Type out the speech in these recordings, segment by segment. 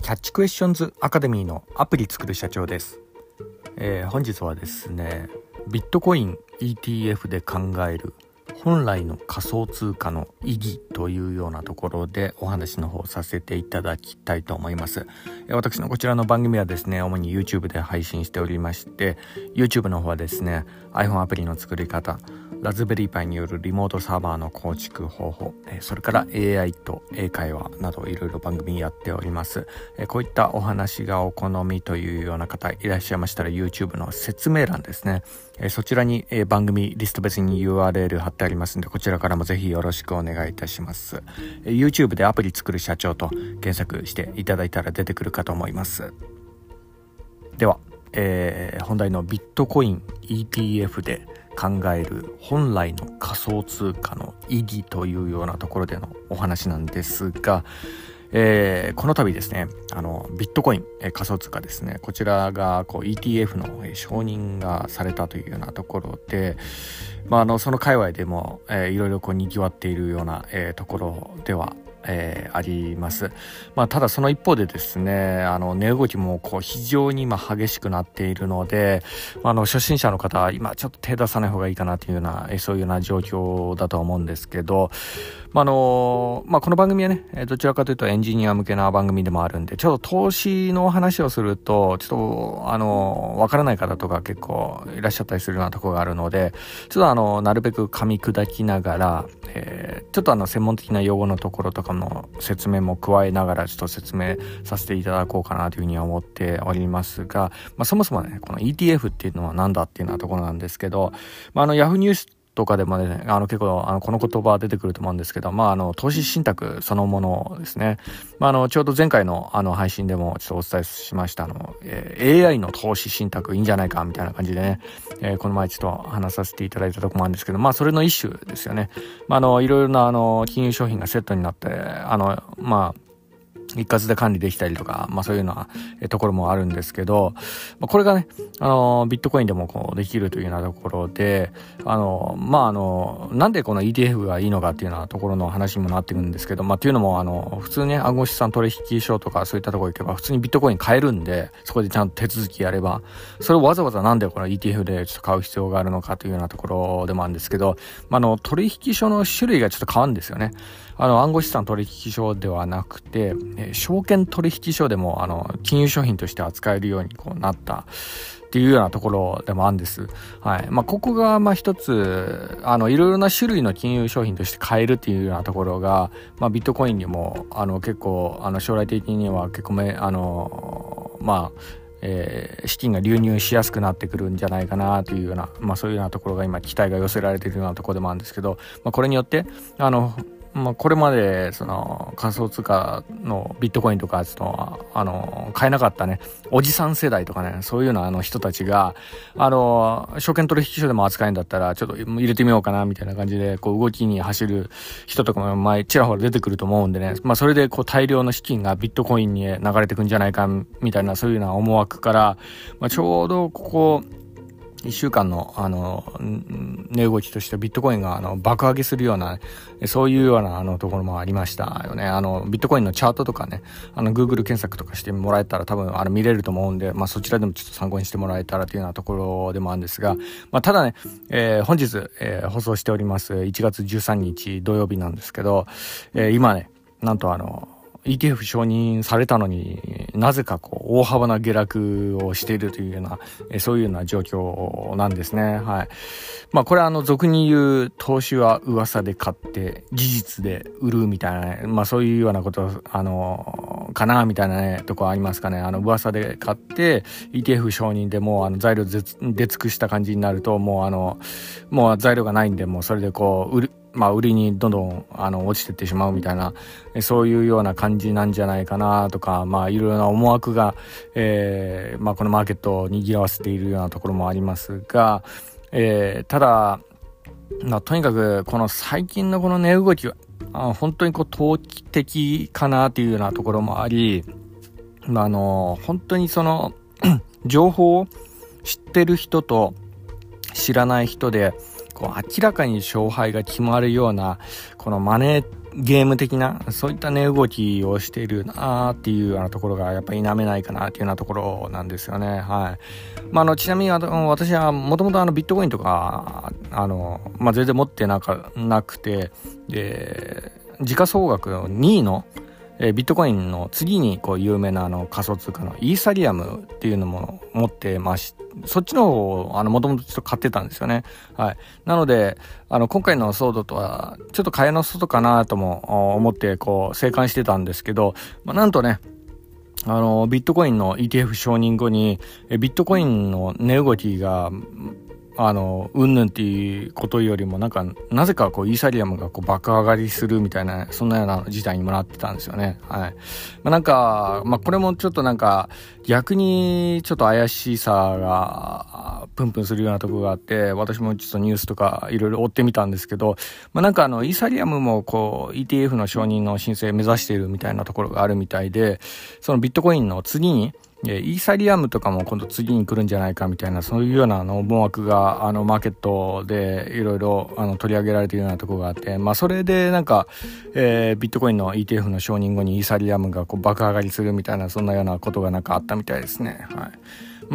キャッチクエスチョンズアカデミーのアプリ作る社長です。本日はですね、ビットコイン ETF で考える本来の仮想通貨の意義というようなところでお話の方させていただきたいと思います。私のこちらの番組はですね、主に YouTube で配信しておりまして、 YouTube の方はですね、 iPhone アプリの作り方、ラズベリーパイによるリモートサーバーの構築方法、それから AI と英会話などいろいろ番組やっております。こういったお話がお好みというような方いらっしゃいましたら、 YouTube の説明欄ですね、そちらに番組リスト別に URL 貼ってありますので、こちらからもぜひよろしくお願いいたします。YouTube でアプリ作る社長と検索していただいたら出てくるかと思います。では、本題のビットコイン ETF で考える本来の仮想通貨の意義というようなところでのお話なんですが、この度ですね、ビットコイン、仮想通貨ですね、こちらがETF の承認がされたというようなところで、その界隈でも、いろいろ賑わっているような、ところではあります。ただその一方でですね、値動きも非常に今激しくなっているので、初心者の方は今ちょっと手出さない方がいいかなというような、そういうような状況だとは思うんですけど、この番組はね、どちらかというとエンジニア向けな番組でもあるんで、ちょっと投資の話をするとちょっとわからない方とか結構いらっしゃったりするようなところがあるので、ちょっとなるべく噛み砕きながら、ちょっと専門的な用語のところとかの説明も加えながらちょっと説明させていただこうかなというふうに思っておりますが、そもそもね、この ETF っていうのは何だっていうようなところなんですけど、Yahoo ニュースとかでもね、結構この言葉出てくると思うんですけど、投資信託そのものですね。ちょうど前回の配信でもちょっとお伝えしましたAI の投資信託いいんじゃないかみたいな感じでね、この前ちょっと話させていただいたところもあるんですけど、それの一種ですよね。いろいろな金融商品がセットになって、一括で管理できたりとか、そういうようなところもあるんですけど、これがね、ビットコインでもできるというようなところで、なんでこの ETF がいいのかっていうようなところの話にもなってくるんですけど、っていうのも普通ね、暗号資産取引所とかそういったところ行けば普通にビットコイン買えるんで、そこでちゃんと手続きやれば、それをわざわざなんでこの ETF でちょっと買う必要があるのかというようなところでもあるんですけど、取引所の種類がちょっと変わるんですよね。暗号資産取引所ではなくて、証券取引所でも金融商品として扱えるようになったっていうようなところでもあるんです。はい。ここが一ついろいろな種類の金融商品として買えるっていうようなところが、ビットコインにも結構将来的には結構資金が流入しやすくなってくるんじゃないかなというような、そういうようなところが今期待が寄せられているようなところでもあるんですけど、これによってこれまでその仮想通貨のビットコインとか買えなかったね、おじさん世代とかね、そういうような人たちが証券取引所でも扱えんだったらちょっと入れてみようかなみたいな感じで動きに走る人とかもちらほら出てくると思うんでね、それで大量の資金がビットコインに流れてくんじゃないかみたいな、そういうような思惑から、ちょうどここ1週間の値動きとしてビットコインが爆上げするような、そういうようなところもありましたよね。ビットコインのチャートとかね、Google 検索とかしてもらえたら多分見れると思うんで、そちらでもちょっと参考にしてもらえたらというようなところでもあるんですが、ただね、本日、放送しております1月13日土曜日なんですけど、今ね、なんとETF 承認されたのになぜか大幅な下落をしているというような、そういうような状況なんですね。はい。これは俗に言う投資は噂で買って事実で売るみたいな、そういうようなことかなみたいなねとこありますかね。噂で買って ETF 承認でもう材料出尽くした感じになると、もう材料がないんで、もうそれで売りにどんどん落ちてってしまうみたいな、そういうような感じなんじゃないかなとか、いろいろな思惑が、このマーケットを賑わせているようなところもありますが、ただ、とにかくこの最近のこの値動きは本当に投機的かなというようなところもあり、本当にその情報を知ってる人と知らない人で明らかに勝敗が決まるようなこのマネーゲーム的なそういった値動きをしているなーっていうようなところがやっぱり否めないかなっていうようなところなんですよね。はい。ちなみに私はもともとビットコインとか全然持ってなくて、で時価総額の2位のビットコインの次に有名な仮想通貨のイーサリアムっていうのも持ってまし、そっちの方をもともとちょっと買ってたんですよね。はい。なので今回の騒動とはちょっと蚊帳の外かなとも思って静観してたんですけど、なんとねビットコインの ETF 承認後にビットコインの値動きがうんぬんっていうことよりもなぜかイーサリアムが爆上がりするみたいな、そんなような事態にもなってたんですよね。はい。これもちょっと逆にちょっと怪しさがプンプンするようなところがあって、私もちょっとニュースとかいろいろ追ってみたんですけど、イーサリアムもETF の承認の申請目指しているみたいなところがあるみたいで、そのビットコインの次にイーサリアムとかも今度次に来るんじゃないかみたいな、そういうような思惑がマーケットでいろいろ取り上げられているようなところがあって、それでビットコインの ETF の承認後にイーサリアムが爆上がりするみたいな、そんなようなことがあったみたいですね。はい。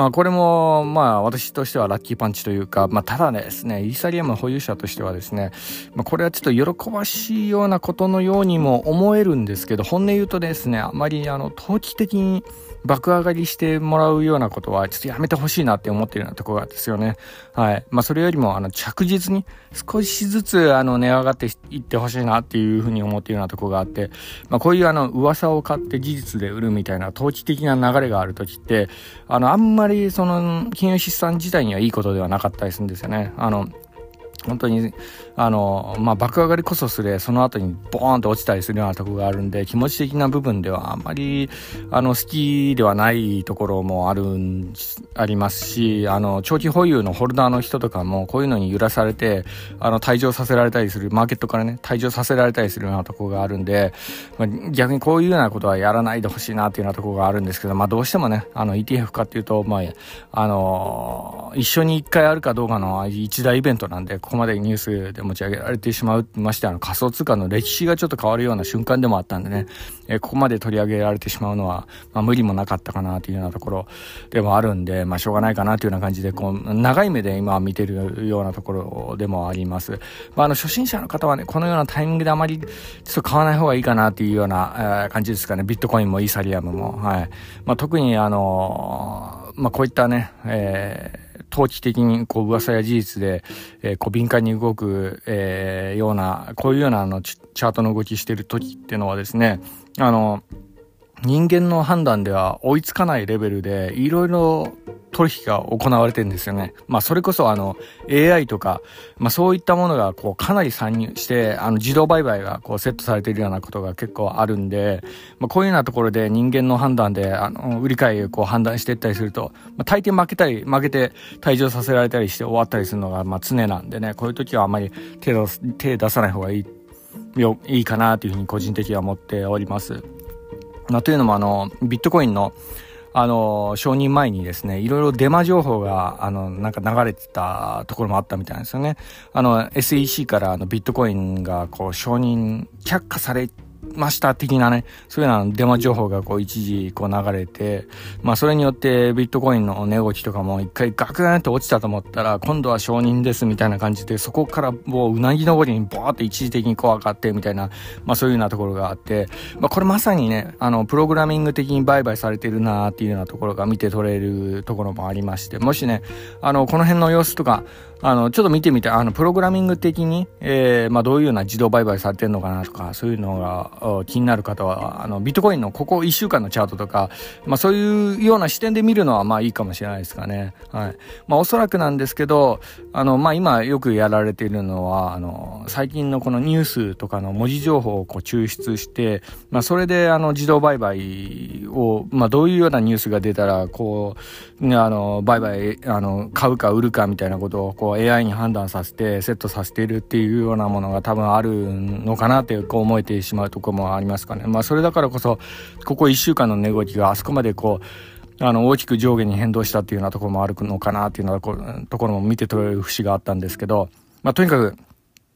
これも私としてはラッキーパンチというか、ただですね、イーサリアム保有者としてはですね、これはちょっと喜ばしいようなことのようにも思えるんですけど、本音言うとですね、あまり投機的に爆上がりしてもらうようなことはちょっとやめてほしいなって思っているようなところがですよね。はい。それよりも着実に少しずつ値上がっていってほしいなっていうふうに思っているようなところがあって、こういう噂を買って事実で売るみたいな投機的な流れがあるときって、あんまりその金融資産自体にはいいことではなかったりするんですよね。本当に爆上がりこそすれ、その後にボーンと落ちたりするようなところがあるんで、気持ち的な部分ではあんまり好きではないところもありますし、長期保有のホルダーの人とかもこういうのに揺らされて退場させられたりする、マーケットからね退場させられたりするようなところがあるんで、逆にこういうようなことはやらないでほしいなっていうようなところがあるんですけど、どうしてもねETF 化っていうと一緒に一回あるかどうかの一大イベントなんで、ここまでニュースで持ち上げられてしまう、まして仮想通貨の歴史がちょっと変わるような瞬間でもあったんでね、ここまで取り上げられてしまうのは、無理もなかったかなというようなところでもあるんで、しょうがないかなというような感じで長い目で今見てるようなところでもあります。初心者の方はね、このようなタイミングであまりちょっと買わない方がいいかなというような、感じですかね。ビットコインもイーサリアムも、はい。特にこういったね、投機的に噂や事実で、敏感に動く、ようなこういうようなチャートの動きしている時っていうのはですね、人間の判断では追いつかないレベルでいろいろ取引が行われてるんですよね。それこそAI とか、そういったものがかなり参入して自動売買がセットされているようなことが結構あるんで、こういうようなところで人間の判断で売り買いを判断していったりすると、大抵負けて退場させられたりして終わったりするのが常なんでね、こういう時はあまり手出さない方がいいかなというふうに個人的には思っております。というのもビットコインの承認前にですね、いろいろデマ情報が流れてたところもあったみたいなんですよね。SEC からビットコインが承認却下されました的なね、そういうようなデマ情報が一時流れて、それによってビットコインの値動きとかも一回ガクンと落ちたと思ったら、今度は承認ですみたいな感じで、そこからもううなぎ登りにボーって一時的に上がってみたいな、そういうようなところがあって、これまさにねプログラミング的に売買されてるなーっていうようなところが見て取れるところもありまして、もしねこの辺の様子とかちょっと見てみて、プログラミング的に、どういうような自動売買されてるのかなとか、そういうのが気になる方はビットコインのここ1週間のチャートとか、そういうような視点で見るのはいいかもしれないですかね。はい。おそらくなんですけど今よくやられているのは最近のこのニュースとかの文字情報を抽出して、それで自動売買をどういうようなニュースが出たら売買買うか売るかみたいなことをAI に判断させてセットさせているっていうようなものが多分あるのかなって思えてしまうところもありますかね。それだからこそここ1週間の値動きがあそこまで大きく上下に変動したっていうようなところもあるのかなっていうようなところも見て取れる節があったんですけど、とにかく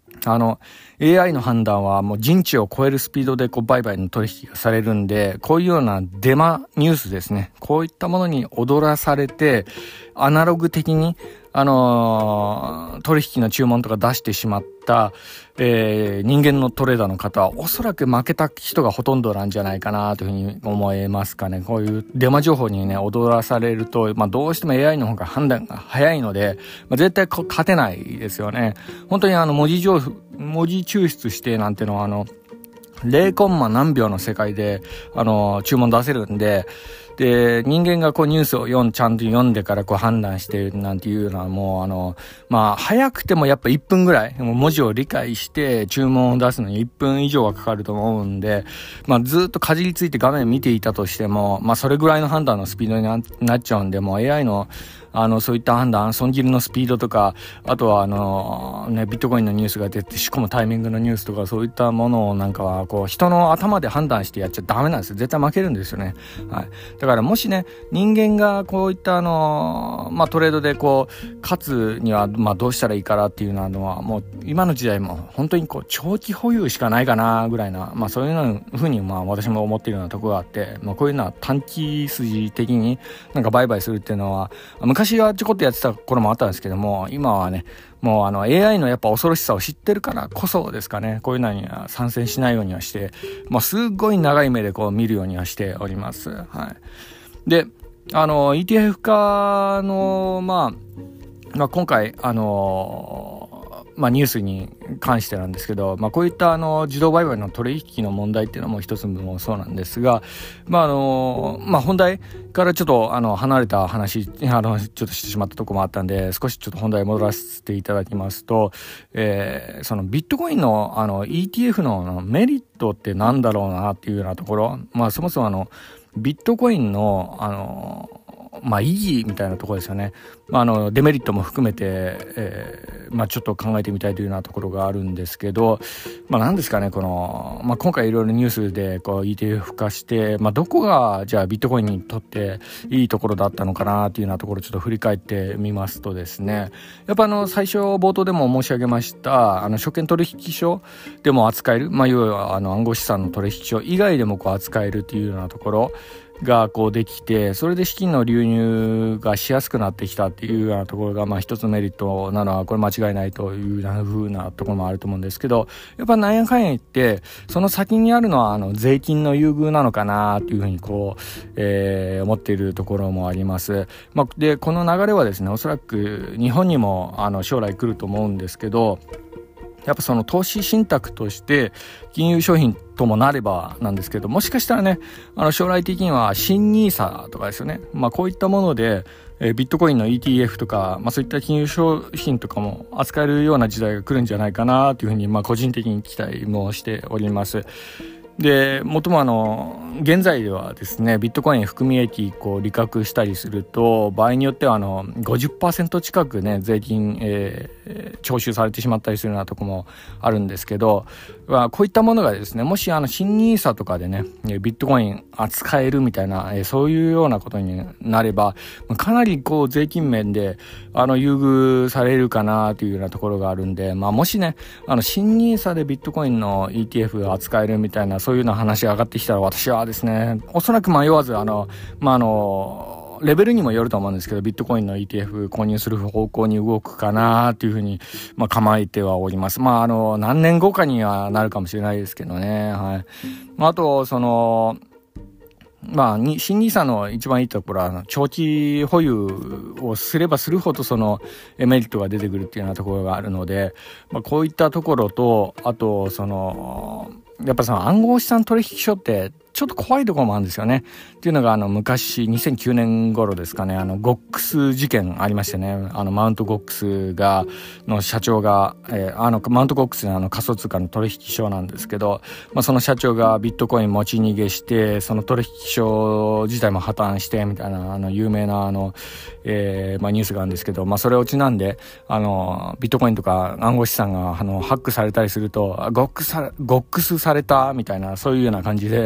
AI の判断はもう人知を超えるスピードで売買の取引がされるんで、こういうようなデマニュースですね。こういったものに踊らされて、アナログ的に、取引の注文とか出してしまった、人間のトレーダーの方はおそらく負けた人がほとんどなんじゃないかなというふうに思えますかね。こういうデマ情報にね、踊らされると、どうしても AI の方が判断が早いので、絶対勝てないですよね。本当に文字抽出してなんてのは0コンマ何秒の世界で注文出せるんで、で人間がニュースをちゃんと読んでから判断してなんていうのはもう早くてもやっぱ1分ぐらい文字を理解して注文を出すのに1分以上はかかると思うんで、ずっとかじりついて画面見ていたとしてもそれぐらいの判断のスピードになっちゃうんで、もう AI のそういった判断、損切りのスピードとか、あとはビットコインのニュースが出て仕込むタイミングのニュースとか、そういったものをなんかは人の頭で判断してやっちゃダメなんですよ。絶対負けるんですよね。はい。だからもしね、人間がこういったトレードで勝つにはどうしたらいいかなっていうのはもう今の時代も本当に長期保有しかないかなぐらいな、そういうふうに私も思っているようなところがあって、こういうのは短期筋的になんか売買するっていうのは昔はちょこっとやってた頃もあったんですけども、今はね、もうAI のやっぱ恐ろしさを知ってるからこそですかね、こういうのには参戦しないようにはして、すごい長い目で見るようにはしております。はい。で、ETF 化の、今回、ニュースに関してなんですけど、こういった自動売買の取引の問題っていうのも一つもそうなんですが、本題からちょっと離れた話ちょっとしてしまったところもあったんで、少しちょっと本題戻らせていただきますと、そのビットコインのETF のメリットってなんだろうなっていうようなところ、そもそもビットコインの意義みたいなところですよね。デメリットも含めて、ちょっと考えてみたいというようなところがあるんですけど、何ですかね、今回いろいろニュースでETF 化して、どこがじゃあビットコインにとっていいところだったのかなというようなところをちょっと振り返ってみますとですね、やっぱ最初冒頭でも申し上げました証券取引所でも扱える、要は暗号資産の取引所以外でも扱えるというようなところができて、それで資金の流入がしやすくなってきたっていうようなところが一つメリットなのはこれ間違いないという風なところもあると思うんですけど、やっぱなんやかんや言ってその先にあるのは税金の優遇なのかなというふうに思っているところもあります。でこの流れはですね、おそらく日本にも将来来ると思うんですけど、やっぱその投資信託として金融商品ともなればなんですけど、もしかしたらね、将来的には新NISAとかですよね。こういったもので、ビットコインの ETF とか、そういった金融商品とかも扱えるような時代が来るんじゃないかなというふうに、個人的に期待もしております。で、もとも現在ではですね、ビットコイン含み益利確したりすると、場合によっては50% 近くね、税金、徴収されてしまったりするようなとこもあるんですけど、こういったものがですね、もし新NISAとかでね、ビットコイン扱えるみたいな、そういうようなことになれば、かなり税金面で優遇されるかなというようなところがあるんで、もしね、新NISAでビットコインの ETF が扱えるみたいな、そういうような話が上がってきたら、私はですね、おそらく迷わずレベルにもよると思うんですけど、ビットコインの ETF 購入する方向に動くかなというふうに、構えてはおります。何年後かにはなるかもしれないですけどね。はい。あと、新NISAの一番いいところは、長期保有をすればするほどメリットが出てくるっていうようなところがあるので、こういったところと、あと、やっぱ暗号資産取引所ってちょっと怖いところもあるんですよね。っていうのが昔2009年頃ですかね、ゴックス事件ありましてね、マウントゴックスの社長が、マウントゴックスの仮想通貨の取引所なんですけど、その社長がビットコイン持ち逃げして、その取引所自体も破綻してみたいな有名なニュースがあるんですけど、それをちなんでビットコインとか暗号資産がハックされたりするとゴックスされたみたいな、そういうような感じで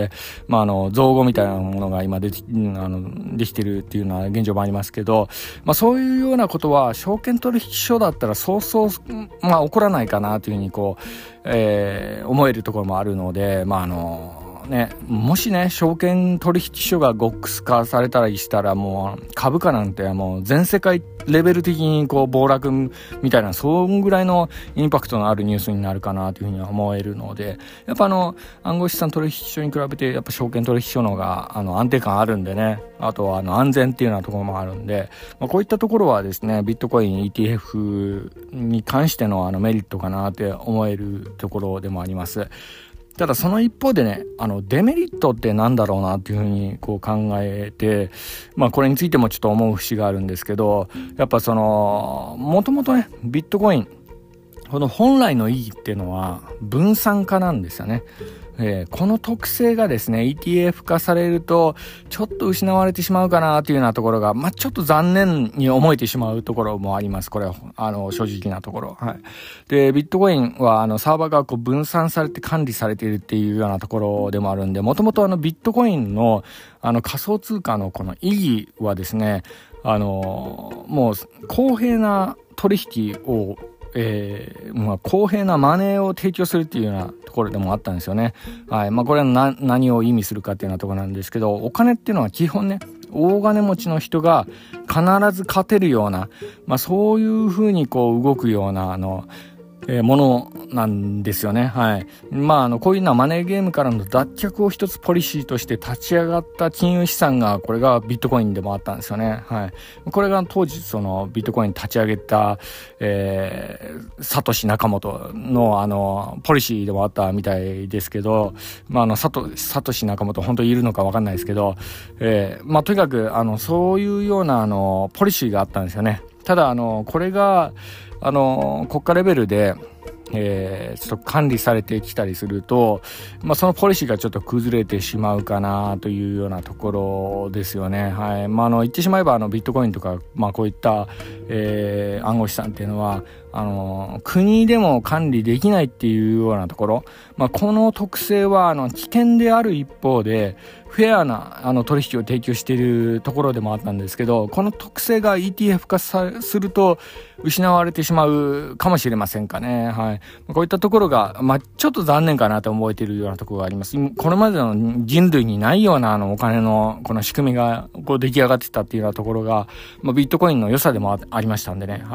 造語みたいなものが今できてるっていうのは現状もありますけど、そういうようなことは証券取引所だったらそうそう、起こらないかなというふうに思えるところもあるので、もしね、証券取引所がゴックス化されたりしたら、もう株価なんてもう全世界レベル的に暴落みたいな、そんぐらいのインパクトのあるニュースになるかなというふうには思えるので、やっぱ暗号資産取引所に比べてやっぱ証券取引所の方が安定感あるんでね、あとは安全っていうようなところもあるんで、こういったところはですね、ビットコイン ETF に関してのメリットかなって思えるところでもあります。ただその一方でね、デメリットってなんだろうなっていうふうに考えて、これについてもちょっと思う節があるんですけど、やっぱもともとね、ビットコイン、この本来の意義っていうのは分散化なんですよね。この特性がですね ETF 化されるとちょっと失われてしまうかなというようなところが、ちょっと残念に思えてしまうところもあります。これは正直なところ、でビットコインはサーバーが分散されて管理されているっていうようなところでもあるんで、もともとビットコインの仮想通貨のこの意義はですね、もう公平な取引を公平なマネーを提供するっていうようなところでもあったんですよね。これは何を意味するかっていうようなところなんですけど、お金っていうのは基本ね、大金持ちの人が必ず勝てるような、そういうふうに動くようなものなんですよね。こういうのはマネーゲームからの脱却を一つポリシーとして立ち上がった金融資産が、これがビットコインでもあったんですよね。これが当時ビットコイン立ち上げた、サトシ・ナカモトのポリシーでもあったみたいですけど、サトシ・ナカモト本当にいるのか分かんないですけど、とにかくそういうようなポリシーがあったんですよね。ただこれが国家レベルで、ちょっと管理されてきたりすると、そのポリシーがちょっと崩れてしまうかなというようなところですよね。言ってしまえばビットコインとか、こういった、暗号資産っていうのは国でも管理できないっていうようなところ、この特性は危険である一方でフェアな取引を提供しているところでもあったんですけど、この特性が ETF 化すると失われてしまうかもしれませんかね。こういったところが、ちょっと残念かなと思えているようなところがあります。これまでの人類にないようなお金のこの仕組みが出来上がってたっていうようなところが、ビットコインの良さでもありましたんでね。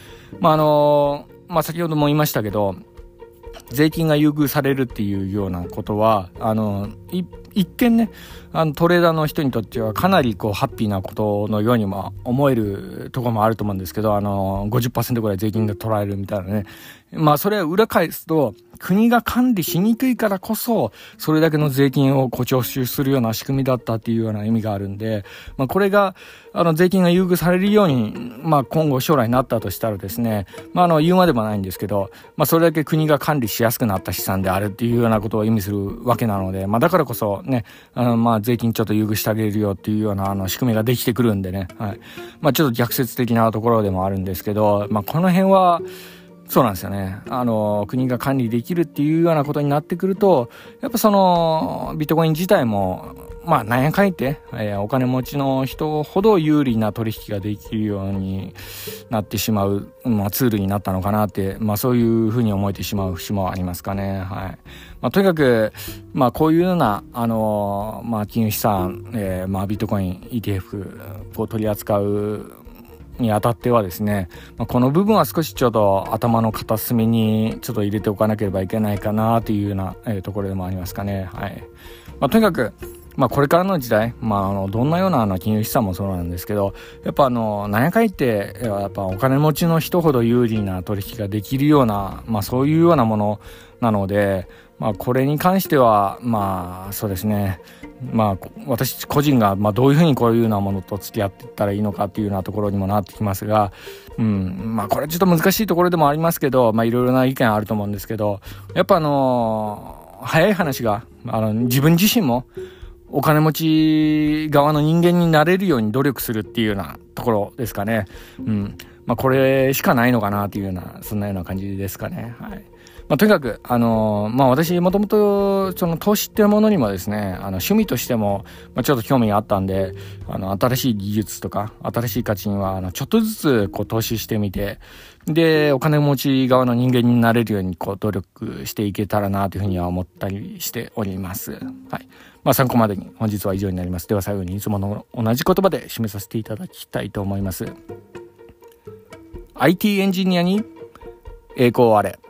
先ほども言いましたけど、税金が優遇されるっていうようなことは一見ねトレーダーの人にとってはかなりハッピーなことのようにも思えるところもあると思うんですけど、50% ぐらい税金が取られるみたいなね。それは裏返すと国が管理しにくいからこそそれだけの税金を徴収するような仕組みだったっていうような意味があるんで、これが税金が優遇されるように、今後将来になったとしたらですね、言うまでもないんですけど、それだけ国が管理しやすくなった資産であるっていうようなことを意味するわけなので、だからこそね、税金ちょっと優遇してあげるよっていうような仕組みができてくるんでね、ちょっと逆説的なところでもあるんですけど、この辺はそうなんですよね。国が管理できるっていうようなことになってくると、やっぱビットコイン自体もなんやかんやって、お金持ちの人ほど有利な取引ができるようになってしまう、ツールになったのかなって、そういうふうに思えてしまう節もありますかね。とにかく、こういうような、金融資産、ビットコイン ETF を取り扱うにあたってはですね、この部分は少しちょっと頭の片隅にちょっと入れておかなければいけないかなというような、ところでもありますかね。とにかくこれからの時代、どんなような金融資産もそうなんですけど、やっぱ何やかんやってやっぱお金持ちの人ほど有利な取引ができるような、そういうようなものなので、これに関してはそうですね、私個人がどういうふうにこういうようなものと付き合っていったらいいのかっていうようなところにもなってきますが、これちょっと難しいところでもありますけど、いろいろな意見あると思うんですけど、やっぱ早い話が自分自身もお金持ち側の人間になれるように努力するっていうようなところですかね。これしかないのかなっていうような、そんなような感じですかね。 とにかく、私もともとその投資っていうものにもですね、趣味としても、ちょっと興味があったんで、新しい技術とか、新しい価値には、ちょっとずつこう投資してみて、で、お金持ち側の人間になれるようにこう努力していけたらなというふうには思ったりしております。はい。参考までに本日は以上になります。では最後にいつもの同じ言葉で締めさせていただきたいと思います。IT エンジニアに栄光あれ。